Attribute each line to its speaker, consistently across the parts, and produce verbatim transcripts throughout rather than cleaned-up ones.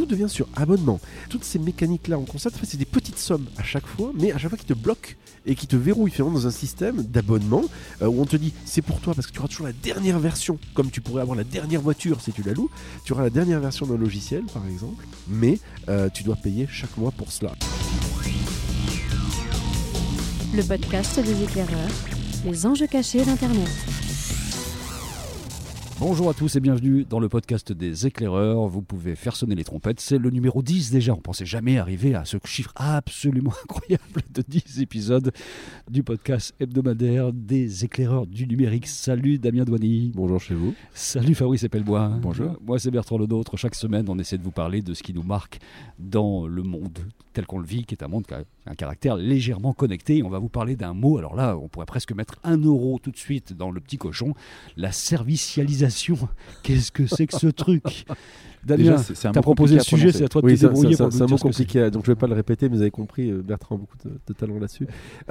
Speaker 1: devient sur abonnement. Toutes ces mécaniques-là, on constate, en fait, c'est des petites sommes à chaque fois, mais à chaque fois qui te bloquent et qui te verrouillent finalement dans un système d'abonnement euh, où on te dit c'est pour toi parce que tu auras toujours la dernière version, comme tu pourrais avoir la dernière voiture si tu la loues, tu auras la dernière version d'un logiciel par exemple, mais euh, tu dois payer chaque mois pour cela.
Speaker 2: Le podcast des éclaireurs, les enjeux cachés d'Internet.
Speaker 3: Bonjour à tous et bienvenue dans le podcast des éclaireurs. Vous pouvez faire sonner les trompettes, c'est le numéro dix déjà. On ne pensait jamais arriver à ce chiffre absolument incroyable de dix épisodes du podcast hebdomadaire des éclaireurs du numérique. Salut Damien Douany.
Speaker 1: Bonjour chez vous.
Speaker 3: Salut Fabrice Epelbois.
Speaker 1: Bonjour.
Speaker 3: Moi c'est Bertrand Lenôtre. Chaque semaine on essaie de vous parler de ce qui nous marque dans le monde tel qu'on le vit, qui est un monde qui a un caractère légèrement connecté. On va vous parler d'un mot, alors là on pourrait presque mettre un euro tout de suite dans le petit cochon, la servicialisation. Qu'est-ce que c'est que ce truc ? Damien, tu as proposé le sujet, c'est à toi de
Speaker 1: oui,
Speaker 3: te débrouiller.
Speaker 1: C'est un, c'est un mot compliqué, donc je ne vais pas le répéter, mais vous avez compris, Bertrand a beaucoup de, de talent là-dessus.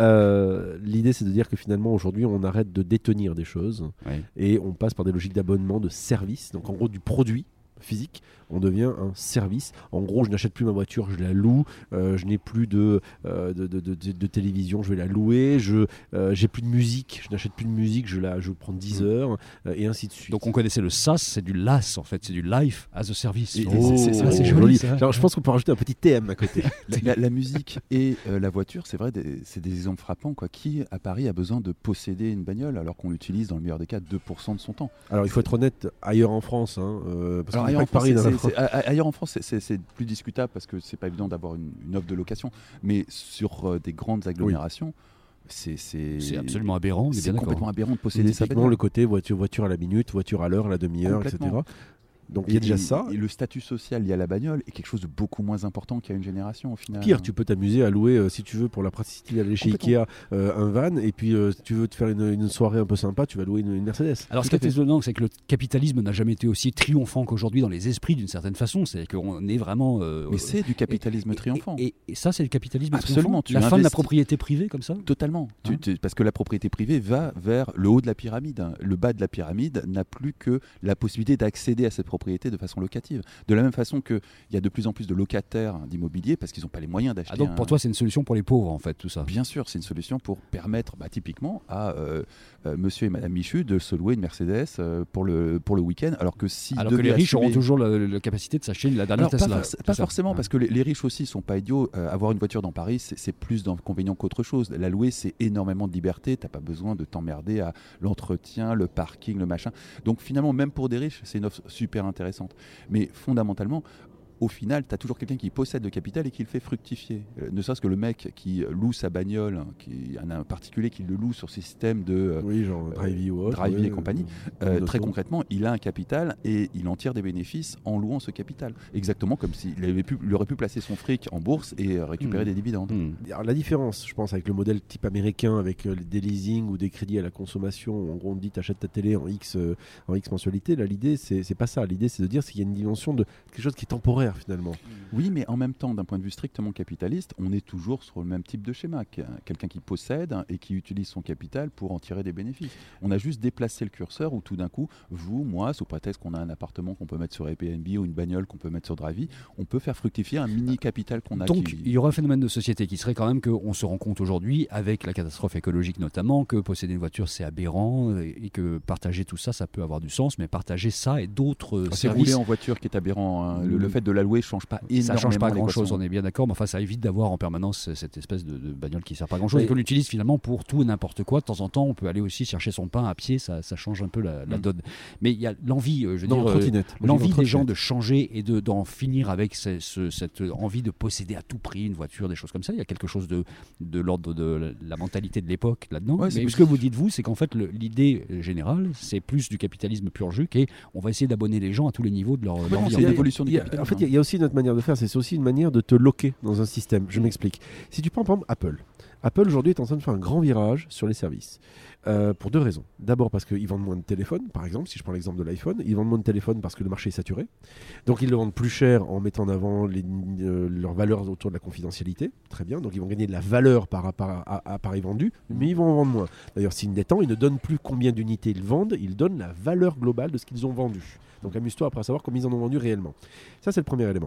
Speaker 1: Euh, l'idée, c'est de dire que finalement, aujourd'hui, on arrête de détenir des choses oui. et on passe par des logiques d'abonnement, de service, donc en gros du produit physique, on devient un service. En gros, je n'achète plus ma voiture, je la loue. Euh, je n'ai plus de, euh, de, de, de, de, de télévision, je vais la louer. Je euh, j'ai plus de musique, je n'achète plus de musique, je la, je prends dix heures euh, et ainsi de suite.
Speaker 3: Donc on connaissait le SaaS, c'est du LaaS en fait, c'est du Life as a Service.
Speaker 1: Et, oh, c'est, c'est, c'est joli. joli. Alors, je pense qu'on peut rajouter un petit T M à côté.
Speaker 4: la, la, la musique et euh, la voiture, c'est vrai, des, c'est des exemples frappants. Quoi. Qui à Paris a besoin de posséder une bagnole alors qu'on l'utilise dans le meilleur des cas deux pour cent de son temps?
Speaker 1: Alors il faut être honnête, ailleurs en France, hein, euh, parce
Speaker 4: alors,
Speaker 1: qu'on
Speaker 4: ailleurs, en
Speaker 1: pas Paris,
Speaker 4: France, c'est, c'est, c'est, ailleurs en France, c'est, c'est, c'est plus discutable parce que c'est pas évident d'avoir une, une offre de location, mais sur euh, des grandes agglomérations. Oui. C'est, c'est...
Speaker 3: c'est absolument aberrant.
Speaker 4: C'est complètement aberrant de posséder sa
Speaker 1: bagnole. Le côté voiture, voiture à la minute, voiture à l'heure, à la demi-heure, et cetera. Donc il y a déjà ça.
Speaker 4: Et le statut social lié à la bagnole est quelque chose de beaucoup moins important qu'il y a une génération au final.
Speaker 1: Pire, tu peux t'amuser à louer, euh, si tu veux, pour la praticité, aller chez Ikea, euh, un van, et puis euh, si tu veux te faire une, une soirée un peu sympa, tu vas louer une, une Mercedes.
Speaker 3: Alors ce qui est étonnant, c'est que le capitalisme n'a jamais été aussi triomphant qu'aujourd'hui dans les esprits d'une certaine façon. C'est qu'on est vraiment... Euh,
Speaker 4: Mais c'est du capitalisme et, triomphant.
Speaker 3: Et, et, et ça, c'est le capitalisme
Speaker 4: Absolument,
Speaker 3: triomphant. La fin de la propriété privée, comme ça ?
Speaker 4: Totalement. Hein tu, tu, parce que la propriété privée va vers le haut de la pyramide. Le bas de la pyramide n'a plus que la possibilité d'accéder à cette propriété de façon locale. De la même façon qu'il y a de plus en plus de locataires d'immobilier parce qu'ils n'ont pas les moyens d'acheter.
Speaker 3: Ah donc pour
Speaker 4: un...
Speaker 3: toi c'est une solution pour les pauvres en fait tout ça?
Speaker 4: Bien sûr, c'est une solution pour permettre bah, typiquement à euh, euh, monsieur et madame Michu de se louer une Mercedes euh, pour le, pour le week-end alors que si
Speaker 3: alors que les riches assumer... auront toujours la, la capacité de s'acheter la dernière
Speaker 4: alors,
Speaker 3: Tesla.
Speaker 4: Pas, for- pas forcément ouais. Parce que les, les riches aussi ne sont pas idiots. Euh, avoir une voiture dans Paris c'est, c'est plus d'inconvénients qu'autre chose. La louer c'est énormément de liberté, tu n'as pas besoin de t'emmerder à l'entretien, le parking, le machin. Donc finalement même pour des riches c'est une offre super intéressante. Mais fondamentalement au final, tu as toujours quelqu'un qui possède le capital et qui le fait fructifier. Euh, ne serait-ce que le mec qui loue sa bagnole, qui a un particulier qui le loue sur ses systèmes de euh,
Speaker 1: oui, genre Drivey ou autre,
Speaker 4: Drivey
Speaker 1: ouais,
Speaker 4: et compagnie. Euh, très concrètement, il a un capital et il en tire des bénéfices en louant ce capital. Exactement comme s'il avait pu, il aurait pu placer son fric en bourse et récupérer mmh. des dividendes.
Speaker 1: Mmh. Alors, la différence, je pense, avec le modèle type américain, avec euh, des leasing ou des crédits à la consommation, en gros on te dit tu achètes ta télé en X, euh, en X mensualité, là l'idée c'est, c'est pas ça. L'idée c'est de dire qu'il y a une dimension de quelque chose qui est temporaire finalement.
Speaker 4: Oui, mais en même temps, d'un point de vue strictement capitaliste, on est toujours sur le même type de schéma. Quelqu'un qui possède et qui utilise son capital pour en tirer des bénéfices. On a juste déplacé le curseur où tout d'un coup, vous, moi, sous prétexte qu'on a un appartement qu'on peut mettre sur Airbnb ou une bagnole qu'on peut mettre sur Drivey, on peut faire fructifier un mini capital qu'on a.
Speaker 3: Donc
Speaker 4: qui...
Speaker 3: il y aura un phénomène de société qui serait quand même qu'on se rend compte aujourd'hui, avec la catastrophe écologique notamment, que posséder une voiture c'est aberrant et que partager tout ça, ça peut avoir du sens, mais partager ça et d'autres
Speaker 4: c'est
Speaker 3: services...
Speaker 4: rouler en voiture qui est aberrant. Hein. Le, le fait de la louer ne change pas énormément.
Speaker 3: Ça change pas grand-chose, on est bien d'accord, mais enfin ça évite d'avoir en permanence cette espèce de, de bagnole qui sert pas grand-chose et, et qu'on utilise finalement pour tout et n'importe quoi. De temps en temps, on peut aller aussi chercher son pain à pied, ça, ça change un peu la, la donne. Mais il y a l'envie, euh, je veux
Speaker 1: non,
Speaker 3: dire, euh, l'envie des gens de changer et de, d'en finir avec ce, ce, cette envie de posséder à tout prix une voiture, des choses comme ça. Il y a quelque chose de, de l'ordre de la mentalité de l'époque là-dedans. Ouais, mais ce que vous dites, vous, c'est qu'en fait, le, l'idée générale, c'est plus du capitalisme pur jus et on va essayer d'abonner les gens à tous les niveaux de leur,
Speaker 4: ouais,
Speaker 3: leur
Speaker 4: non,
Speaker 3: vie.
Speaker 4: C'est l'évolution du capitalisme.
Speaker 1: En fait, il y, y a aussi une autre manière de faire, c'est aussi une manière de te loquer dans un système. Je m'explique. Si tu prends par exemple Apple, Apple aujourd'hui est en train de faire un grand virage sur les services. Euh, pour deux raisons. D'abord parce qu'ils vendent moins de téléphones, par exemple, si je prends l'exemple de l'iPhone, ils vendent moins de téléphones parce que le marché est saturé. Donc ils le vendent plus cher en mettant en avant les, euh, leurs valeurs autour de la confidentialité. Très bien, donc ils vont gagner de la valeur par appareil vendu, mais ils vont en vendre moins. D'ailleurs, s'ils n'étant, ils ne donnent plus combien d'unités ils vendent, ils donnent la valeur globale de ce qu'ils ont vendu. Donc amuse-toi après à savoir combien ils en ont vendu réellement. Ça, c'est le premier élément.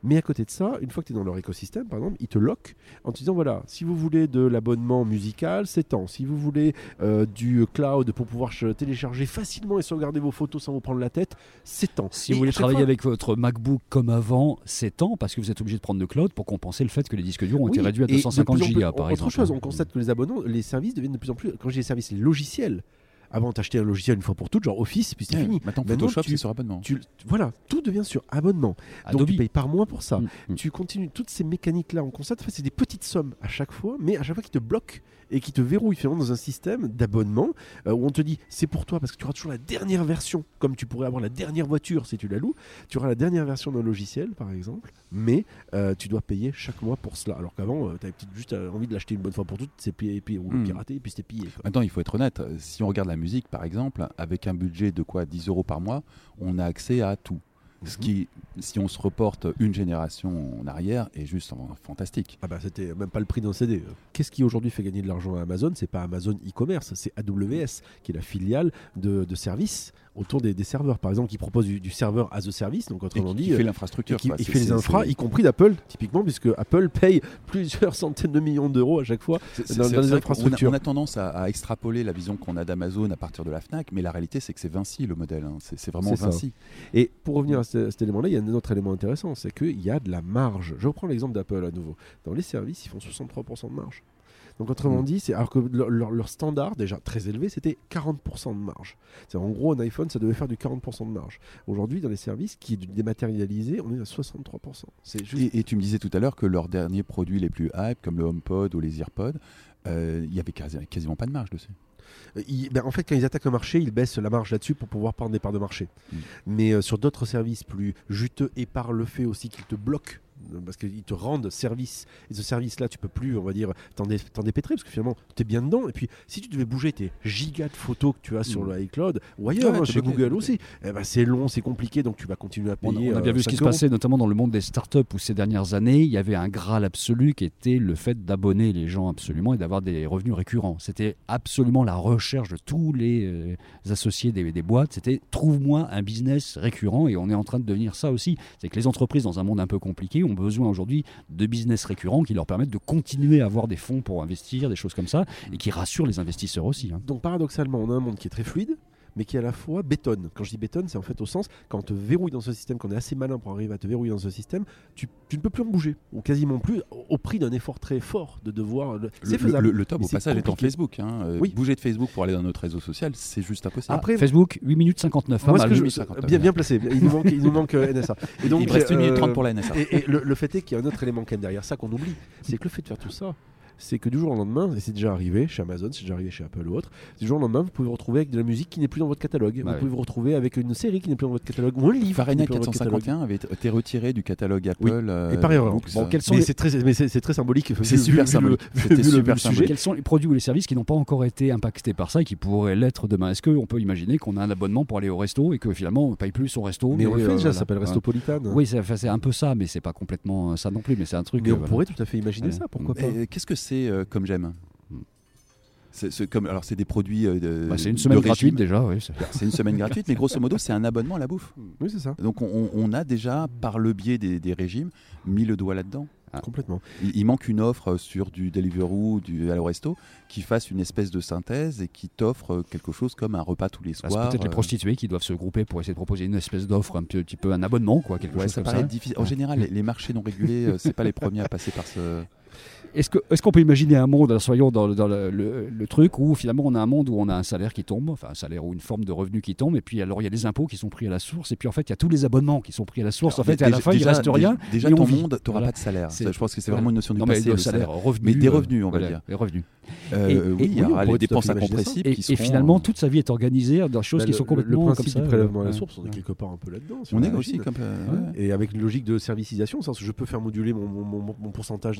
Speaker 1: Mais à côté de ça, une fois que tu es dans leur écosystème, par exemple, ils te lockent en te disant voilà, si vous voulez de l'abonnement musical, c'est tant. Si vous voulez euh, du cloud pour pouvoir ch- télécharger facilement et sauvegarder vos photos sans vous prendre la tête, c'est tant.
Speaker 3: Si
Speaker 1: Et
Speaker 3: vous voulez
Speaker 1: à chaque
Speaker 3: travailler
Speaker 1: fois-
Speaker 3: avec votre MacBook comme avant, c'est temps parce que vous êtes obligé de prendre le cloud pour compenser le fait que les disques durs ont été
Speaker 1: Oui,
Speaker 3: réduits à
Speaker 1: et
Speaker 3: deux cent cinquante
Speaker 1: de plus en plus-
Speaker 3: gigas par
Speaker 1: autre
Speaker 3: exemple.
Speaker 1: chose, on constate que les abonnements, les services deviennent de plus en plus. Quand j'ai des services logiciels, avant t'achetais un logiciel une fois pour toutes, genre Office, puis c'est
Speaker 4: Ouais,
Speaker 1: fini.
Speaker 4: Maintenant,
Speaker 1: Maintenant,
Speaker 4: Photoshop,
Speaker 1: tu-
Speaker 4: c'est sur abonnement.
Speaker 1: Tu, voilà, tout devient sur abonnement. Donc
Speaker 3: Adobe.
Speaker 1: tu payes par mois pour ça.
Speaker 3: Mm, mm.
Speaker 1: Tu continues toutes ces mécaniques-là, on constate, en fait, c'est des petites sommes à chaque fois, mais à chaque fois qui te bloquent et qui te verrouillent finalement dans un système d'abonnement euh, où on te dit c'est pour toi parce que tu auras toujours la dernière version, comme tu pourrais avoir la dernière voiture si tu la loues, tu auras la dernière version d'un logiciel par exemple, mais euh, tu dois payer chaque mois pour cela. Alors qu'avant, euh, tu avais peut-être juste euh, envie de l'acheter une bonne fois pour toutes, c'est payé, payé, ou le
Speaker 4: Mm.
Speaker 1: pirater et puis c'était pillé. quoi.
Speaker 4: Maintenant, il faut être honnête. Si on regarde la musique, par exemple, avec un budget de quoi dix euros par mois, on a accès à tout. Ce qui, si on se reporte une génération en arrière, est juste en- fantastique.
Speaker 1: Ah bah c'était même pas le prix d'un C D. Qu'est-ce qui aujourd'hui fait gagner de l'argent à Amazon? C'est pas Amazon e-commerce, c'est A W S qui est la filiale de, de services autour des, des serveurs. Par exemple, qui propose du, du serveur as a service, donc
Speaker 4: Et
Speaker 1: autrement
Speaker 4: qui,
Speaker 1: dit,
Speaker 4: qui fait
Speaker 1: euh,
Speaker 4: l'infrastructure.
Speaker 1: qui,
Speaker 4: quoi.
Speaker 1: il
Speaker 4: C'est-
Speaker 1: fait les
Speaker 4: c'est-
Speaker 1: infras,
Speaker 4: c'est-
Speaker 1: y compris d'Apple, typiquement, puisque Apple paye plusieurs centaines de millions d'euros à chaque fois
Speaker 4: c'est- c'est-
Speaker 1: dans,
Speaker 4: c'est
Speaker 1: dans les
Speaker 4: vrai qu'on a-
Speaker 1: infrastructures.
Speaker 4: On a tendance à, à extrapoler la vision qu'on a d'Amazon à partir de la Fnac, mais la réalité, c'est que c'est Vinci le modèle. hein. C'est c'est vraiment
Speaker 1: C'est ça.
Speaker 4: Vinci.
Speaker 1: Et pour revenir à ce- cet élément-là, il y a un autre élément intéressant, c'est qu'il y a de la marge. Je reprends l'exemple d'Apple à nouveau. Dans les services, ils font soixante-trois pour cent de marge. Donc autrement
Speaker 4: Mm.
Speaker 1: dit, c'est alors que leur, leur- leur standard, déjà très élevé, c'était quarante pour cent de marge. C'est en gros, un iPhone, ça devait faire du quarante pour cent de marge. Aujourd'hui, dans les services qui est du dématérialisé, on est à soixante-trois pour cent. C'est juste...
Speaker 4: Et, et tu me disais tout à l'heure que leurs derniers produits les plus hype, comme le HomePod ou les EarPods, euh, il y avait quasi- quasiment pas de marge dessus.
Speaker 1: Euh, ils- ben, en fait, quand ils attaquent un marché, ils baissent la marge là-dessus pour pouvoir prendre des parts de marché.
Speaker 4: Mm.
Speaker 1: Mais euh, sur d'autres services plus juteux et par le fait aussi qu'ils te bloquent, euh, parce qu'ils te rendent service, et ce service-là, tu peux plus, on va dire, t'en, dé- t'en dépêtrer, parce que finalement, tu es bien dedans. Et puis, si tu devais bouger tes gigas de photos que tu as sur
Speaker 4: Mm.
Speaker 1: le iCloud, ou ailleurs,
Speaker 4: Ouais,
Speaker 1: hein,
Speaker 4: t'es
Speaker 1: chez
Speaker 4: bloqué,
Speaker 1: Google
Speaker 4: t'es
Speaker 1: aussi, eh ben, c'est long, c'est compliqué, donc tu vas continuer à
Speaker 3: On a,
Speaker 1: payer.
Speaker 3: on a bien
Speaker 1: euh,
Speaker 3: vu ce qui
Speaker 1: cinq
Speaker 3: se
Speaker 1: euros.
Speaker 3: passait notamment dans le monde des startups où ces dernières années, il y avait un graal absolu qui était le fait d'abonner les gens absolument et d'avoir des revenus récurrents. C'était absolument la recherche de tous les euh, associés des, des boîtes. C'était trouve-moi un business récurrent et on est en train de devenir ça aussi. C'est que les entreprises dans un monde un peu compliqué ont besoin aujourd'hui de business récurrents qui leur permettent de continuer à avoir des fonds pour investir, des choses comme ça et qui rassurent les investisseurs aussi. hein.
Speaker 1: Donc paradoxalement, on a un monde qui est très fluide, mais qui à la fois bétonne. Quand je dis bétonne, c'est en fait au sens, quand on te verrouille dans ce système, qu'on est assez malin pour arriver à te verrouiller dans ce système, tu, tu ne peux plus en bouger, ou quasiment plus, au, au prix d'un effort très fort de devoir... le- C'est
Speaker 4: Le,
Speaker 1: faisable.
Speaker 4: le- le top
Speaker 1: mais
Speaker 4: au
Speaker 1: c'est
Speaker 4: passage étant
Speaker 1: compliqué.
Speaker 4: Facebook. hein. Euh,
Speaker 1: Oui.
Speaker 4: Bouger de Facebook pour aller dans notre réseau social, c'est juste impossible.
Speaker 3: Ah,
Speaker 1: Après-
Speaker 3: Facebook, huit minutes cinquante-neuf. Pas
Speaker 1: Moi, ce
Speaker 3: mal.
Speaker 1: que je-
Speaker 4: huit cinquante-neuf.
Speaker 1: bien, bien placé, il nous manque, il nous manque euh, N S A. Et donc,
Speaker 4: Il reste une
Speaker 1: euh,
Speaker 4: minute trente pour la N S A.
Speaker 1: Et, et le, le fait est qu'il y a un autre élément quand même derrière ça qu'on oublie, c'est que le fait de faire tout ça, c'est que du jour au lendemain, et c'est déjà arrivé chez Amazon, c'est déjà arrivé chez Apple ou autre, du jour au lendemain, vous pouvez vous retrouver avec de la musique qui n'est plus dans votre catalogue.
Speaker 3: Bah
Speaker 1: vous
Speaker 3: oui.
Speaker 1: pouvez vous retrouver avec une série qui n'est plus dans votre catalogue, ou un livre qui
Speaker 4: Fahrenheit
Speaker 1: n'est plus dans votre catalogue.
Speaker 4: quatre cent cinquante et un avait été retiré du catalogue Apple.
Speaker 1: Oui.
Speaker 4: euh,
Speaker 1: Et par erreur.
Speaker 4: Books.
Speaker 3: Bon, quels sont
Speaker 1: Mais
Speaker 3: les-
Speaker 1: c'est très, mais c'est, c'est très symbolique.
Speaker 4: C'est
Speaker 1: vu-
Speaker 4: super
Speaker 1: vu le-
Speaker 4: symbolique.
Speaker 1: vu
Speaker 4: C'était
Speaker 1: le- vu le
Speaker 4: super
Speaker 1: sujet.
Speaker 4: symbolique.
Speaker 3: Quels sont les produits ou les services qui n'ont pas encore été impactés par ça et qui pourraient l'être demain? Est-ce qu'on peut imaginer qu'on a un abonnement pour aller au resto et que finalement on ne paye plus son resto?
Speaker 1: Mais on le fait
Speaker 3: euh,
Speaker 1: déjà,
Speaker 3: voilà.
Speaker 1: ça s'appelle
Speaker 3: Voilà.
Speaker 1: Restopolitan.
Speaker 3: Oui, c'est, enfin, c'est un peu ça, mais c'est pas complètement euh, ça non plus. Mais c'est un truc.
Speaker 1: Mais
Speaker 3: euh,
Speaker 1: on
Speaker 3: voilà.
Speaker 1: pourrait tout à fait imaginer
Speaker 3: Ouais.
Speaker 1: ça, pourquoi pas.
Speaker 4: Et Qu'est-ce que c'est euh, comme j'aime
Speaker 3: Hmm.
Speaker 4: c'est, c'est comme, alors c'est des produits euh, de,
Speaker 3: Bah, c'est une
Speaker 4: de
Speaker 3: semaine
Speaker 4: régime.
Speaker 3: gratuite déjà. Oui, c'est-
Speaker 4: C'est une semaine gratuite, mais grosso modo, c'est un abonnement à la bouffe.
Speaker 1: Oui, c'est ça,
Speaker 4: Donc on, on a déjà, par le biais des, des régimes, mis le doigt là-dedans.
Speaker 1: complètement.
Speaker 4: Il, il manque une offre sur du Deliveroo, du Allo Resto, qui fasse une espèce de synthèse et qui t'offre quelque chose comme un repas tous les
Speaker 3: Bah, c'est
Speaker 4: soirs.
Speaker 3: peut-être les
Speaker 4: euh,
Speaker 3: prostituées qui doivent se grouper pour essayer de proposer une espèce d'offre, un petit, petit peu un abonnement, quoi, quelque
Speaker 4: Ouais,
Speaker 3: chose
Speaker 4: ça
Speaker 3: comme
Speaker 4: paraît
Speaker 3: ça.
Speaker 4: difficile. En général, les, les marchés non régulés, euh, c'est pas les premiers à passer par ce.
Speaker 3: Est-ce, que, est-ce qu'on peut imaginer un monde, soyons dans, le, dans le, le- le truc, où finalement on a un monde où on a un salaire qui tombe, enfin un salaire ou une forme de revenu qui tombe, et puis alors il y a les impôts qui sont pris à la source, et puis en fait il y a tous les abonnements qui sont pris à la source,
Speaker 4: Alors,
Speaker 3: en fait, et à la
Speaker 4: déjà-
Speaker 3: fin il
Speaker 4: déjà-
Speaker 3: reste rien.
Speaker 4: Déjà,
Speaker 3: et on
Speaker 4: ton
Speaker 3: vit.
Speaker 4: monde, tu n'auras
Speaker 3: Voilà.
Speaker 4: pas de salaire.
Speaker 3: C'est-
Speaker 4: Ça, je pense que c'est
Speaker 3: voilà.
Speaker 4: vraiment une notion du
Speaker 3: Non, mais
Speaker 4: passé.
Speaker 3: le
Speaker 4: le
Speaker 3: salaire,
Speaker 4: salaire.
Speaker 3: revenu.
Speaker 4: Mais des
Speaker 3: euh,
Speaker 4: revenus, on va
Speaker 3: voilà,
Speaker 4: dire.
Speaker 3: les revenus.
Speaker 4: Euh,
Speaker 3: Et-
Speaker 4: oui,
Speaker 3: et-
Speaker 4: il y
Speaker 1: oui, on
Speaker 4: aura
Speaker 1: pourrait
Speaker 4: les
Speaker 1: tout à
Speaker 4: dépenses
Speaker 1: fait imaginer ça.
Speaker 4: incompressibles
Speaker 3: Et,
Speaker 4: qui
Speaker 3: et
Speaker 4: seront.
Speaker 3: finalement toute sa vie est organisée dans des choses
Speaker 1: Bah,
Speaker 3: qui
Speaker 1: le-
Speaker 3: sont
Speaker 1: le-
Speaker 3: complètement
Speaker 1: le principe
Speaker 3: comme ça.
Speaker 1: du prélèvement à la
Speaker 3: ouais.
Speaker 1: source, on est
Speaker 3: Ouais.
Speaker 1: quelque part un peu là-dedans. si
Speaker 4: On est
Speaker 1: imagine.
Speaker 4: aussi comme. euh,
Speaker 3: Ouais.
Speaker 4: ouais.
Speaker 1: Et avec une logique de servicisation, c'est-à-dire que je peux faire moduler mon, mon, mon- mon pourcentage d'im- d'imposition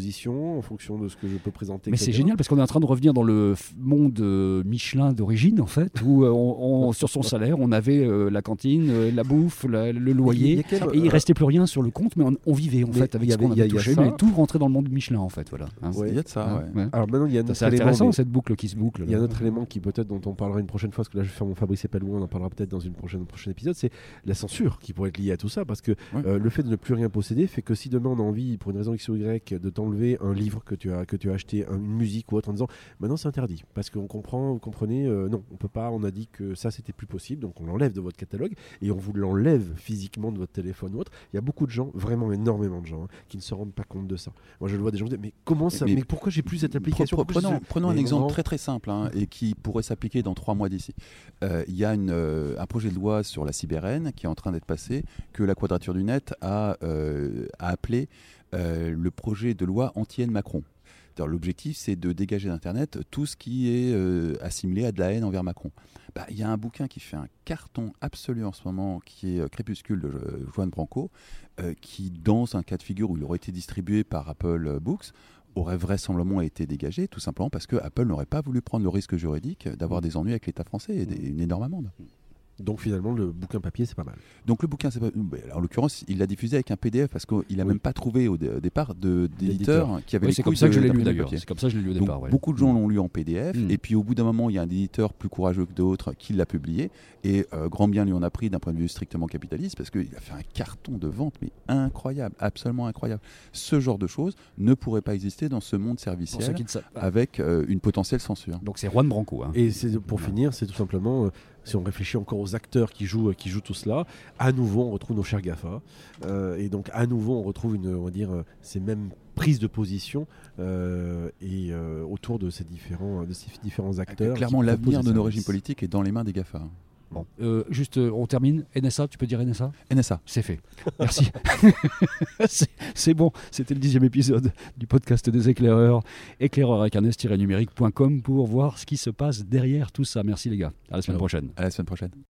Speaker 1: propositions, en fonction de ce que je peux présenter.
Speaker 3: Mais
Speaker 1: et cetera.
Speaker 3: c'est génial parce qu'on est en train de revenir dans le f- monde euh, Michelin d'origine, en fait, où euh, on, on- sur son salaire, on avait euh, la cantine, euh, la bouffe, la- le
Speaker 4: Il y
Speaker 3: loyer,
Speaker 4: a quel-
Speaker 3: et il restait plus rien sur le compte, mais on, on vivait en
Speaker 1: Mais
Speaker 3: fait avec
Speaker 1: il y
Speaker 3: ce qu'on
Speaker 1: avait- il y a-
Speaker 3: avait
Speaker 1: il y a
Speaker 3: touché,
Speaker 1: ça.
Speaker 3: mais tout rentrait dans le monde Michelin, en fait, voilà. Hein.
Speaker 1: Ouais.
Speaker 4: Il y a de ça,
Speaker 3: Hein,
Speaker 4: ouais.
Speaker 3: ouais.
Speaker 1: Alors maintenant, il y a un
Speaker 3: Ça,
Speaker 1: autre
Speaker 3: C'est
Speaker 1: élément,
Speaker 3: intéressant
Speaker 1: mais-
Speaker 3: cette boucle qui se boucle.
Speaker 1: Il y a un
Speaker 3: là.
Speaker 1: autre élément qui peut-être dont on parlera une prochaine fois, parce que là je vais faire mon Fabrice Pellouin, on en parlera peut-être dans une prochaine, un prochain épisode, c'est la censure qui pourrait être liée à tout ça, parce que
Speaker 4: Ouais.
Speaker 1: euh, le fait de ne plus rien posséder fait que si demain on a envie, pour une raison X ou Y, de t'enlever un livre que tu as, que tu as acheté, un- une musique ou autre, en disant maintenant c'est interdit, parce qu'on comprend, vous comprenez, euh, non, on peut pas, on a dit que ça c'était plus possible, donc on l'enlève de votre catalogue et on vous l'enlève physiquement de votre téléphone ou autre. Il y a beaucoup de gens, vraiment énormément de gens, hein, qui ne se rendent pas compte de ça. Moi je le vois des gens qui disent mais comment ça, mais,
Speaker 4: Mais-
Speaker 1: pourquoi j'ai plus cette application?
Speaker 4: Pre- pre-
Speaker 1: Pourquoi
Speaker 4: Prenons,
Speaker 1: je-
Speaker 4: prenons un
Speaker 1: Mais
Speaker 4: exemple
Speaker 1: vraiment,
Speaker 4: très très simple hein, et qui pourrait s'appliquer dans trois mois d'ici. Euh, Il y a une, euh, un projet de loi sur la cyberhaine qui est en train d'être passé, que la Quadrature du Net a, euh, a appelé euh, le projet de loi anti-haine Macron. C'est-à-dire, l'objectif, c'est de dégager d'Internet tout ce qui est euh, assimilé à de la haine envers Macron. Bah, il y a un bouquin qui fait un carton absolu en ce moment, qui est euh, Crépuscule de euh, Joan Branco, euh, qui, dans un cas de figure où il aurait été distribué par Apple Books, aurait vraisemblablement été dégagé, tout simplement parce que Apple n'aurait pas voulu prendre le risque juridique d'avoir des ennuis avec l'État français et des- une énorme amende.
Speaker 1: Donc finalement le bouquin papier c'est pas mal.
Speaker 4: Donc le bouquin, c'est pas... en l'occurrence, il l'a diffusé avec un P D F parce qu'il n'a
Speaker 1: Oui.
Speaker 4: même pas trouvé au, dé- au départ de-
Speaker 1: D'éditeur.
Speaker 4: d'éditeur qui avait
Speaker 3: Oui,
Speaker 4: les
Speaker 3: c'est comme
Speaker 4: couilles
Speaker 3: ça que je
Speaker 4: de-
Speaker 3: l'ai lu
Speaker 4: d'imprimer le
Speaker 3: d'ailleurs.
Speaker 4: papier.
Speaker 3: C'est comme ça que je l'ai lu au
Speaker 4: Donc,
Speaker 3: départ. ouais.
Speaker 4: beaucoup de gens l'ont lu en P D F,
Speaker 3: Mm.
Speaker 4: et puis au bout d'un moment, il y a un éditeur plus courageux que d'autres qui l'a publié, et euh, grand bien lui en a pris d'un point de vue strictement capitaliste, parce qu'il a fait un carton de vente, mais incroyable, absolument incroyable. Ce genre de choses ne pourrait pas exister dans ce monde
Speaker 3: Pour ceux
Speaker 4: serviciel
Speaker 3: qui ne savent pas.
Speaker 4: avec euh, une potentielle censure.
Speaker 3: Donc c'est Juan Branco. Hein.
Speaker 1: Et c'est, pour
Speaker 3: Voilà.
Speaker 1: finir, c'est tout simplement, euh, si on réfléchit encore aux acteurs qui jouent, qui jouent tout cela, à nouveau on retrouve nos chers GAFA. Euh, et donc à nouveau on retrouve une, on va dire, euh, ces mêmes prises de position euh, et euh, autour de ces différents, de ces différents acteurs.
Speaker 4: Clairement,
Speaker 1: qui
Speaker 4: l'avenir
Speaker 1: proposent
Speaker 4: de
Speaker 1: des
Speaker 4: nos
Speaker 1: services.
Speaker 4: régimes politiques est dans les mains des GAFA.
Speaker 3: Bon. Euh, juste, euh, on termine. N S A, tu peux dire N S A?
Speaker 4: N S A.
Speaker 3: C'est fait. Merci. c'est, c'est bon. C'était le dixième épisode du podcast des éclaireurs. Éclaireur avec un s-numérique point com pour voir ce qui se passe derrière tout ça. Merci les gars. À la semaine
Speaker 1: Ciao.
Speaker 3: prochaine.
Speaker 4: À la semaine prochaine.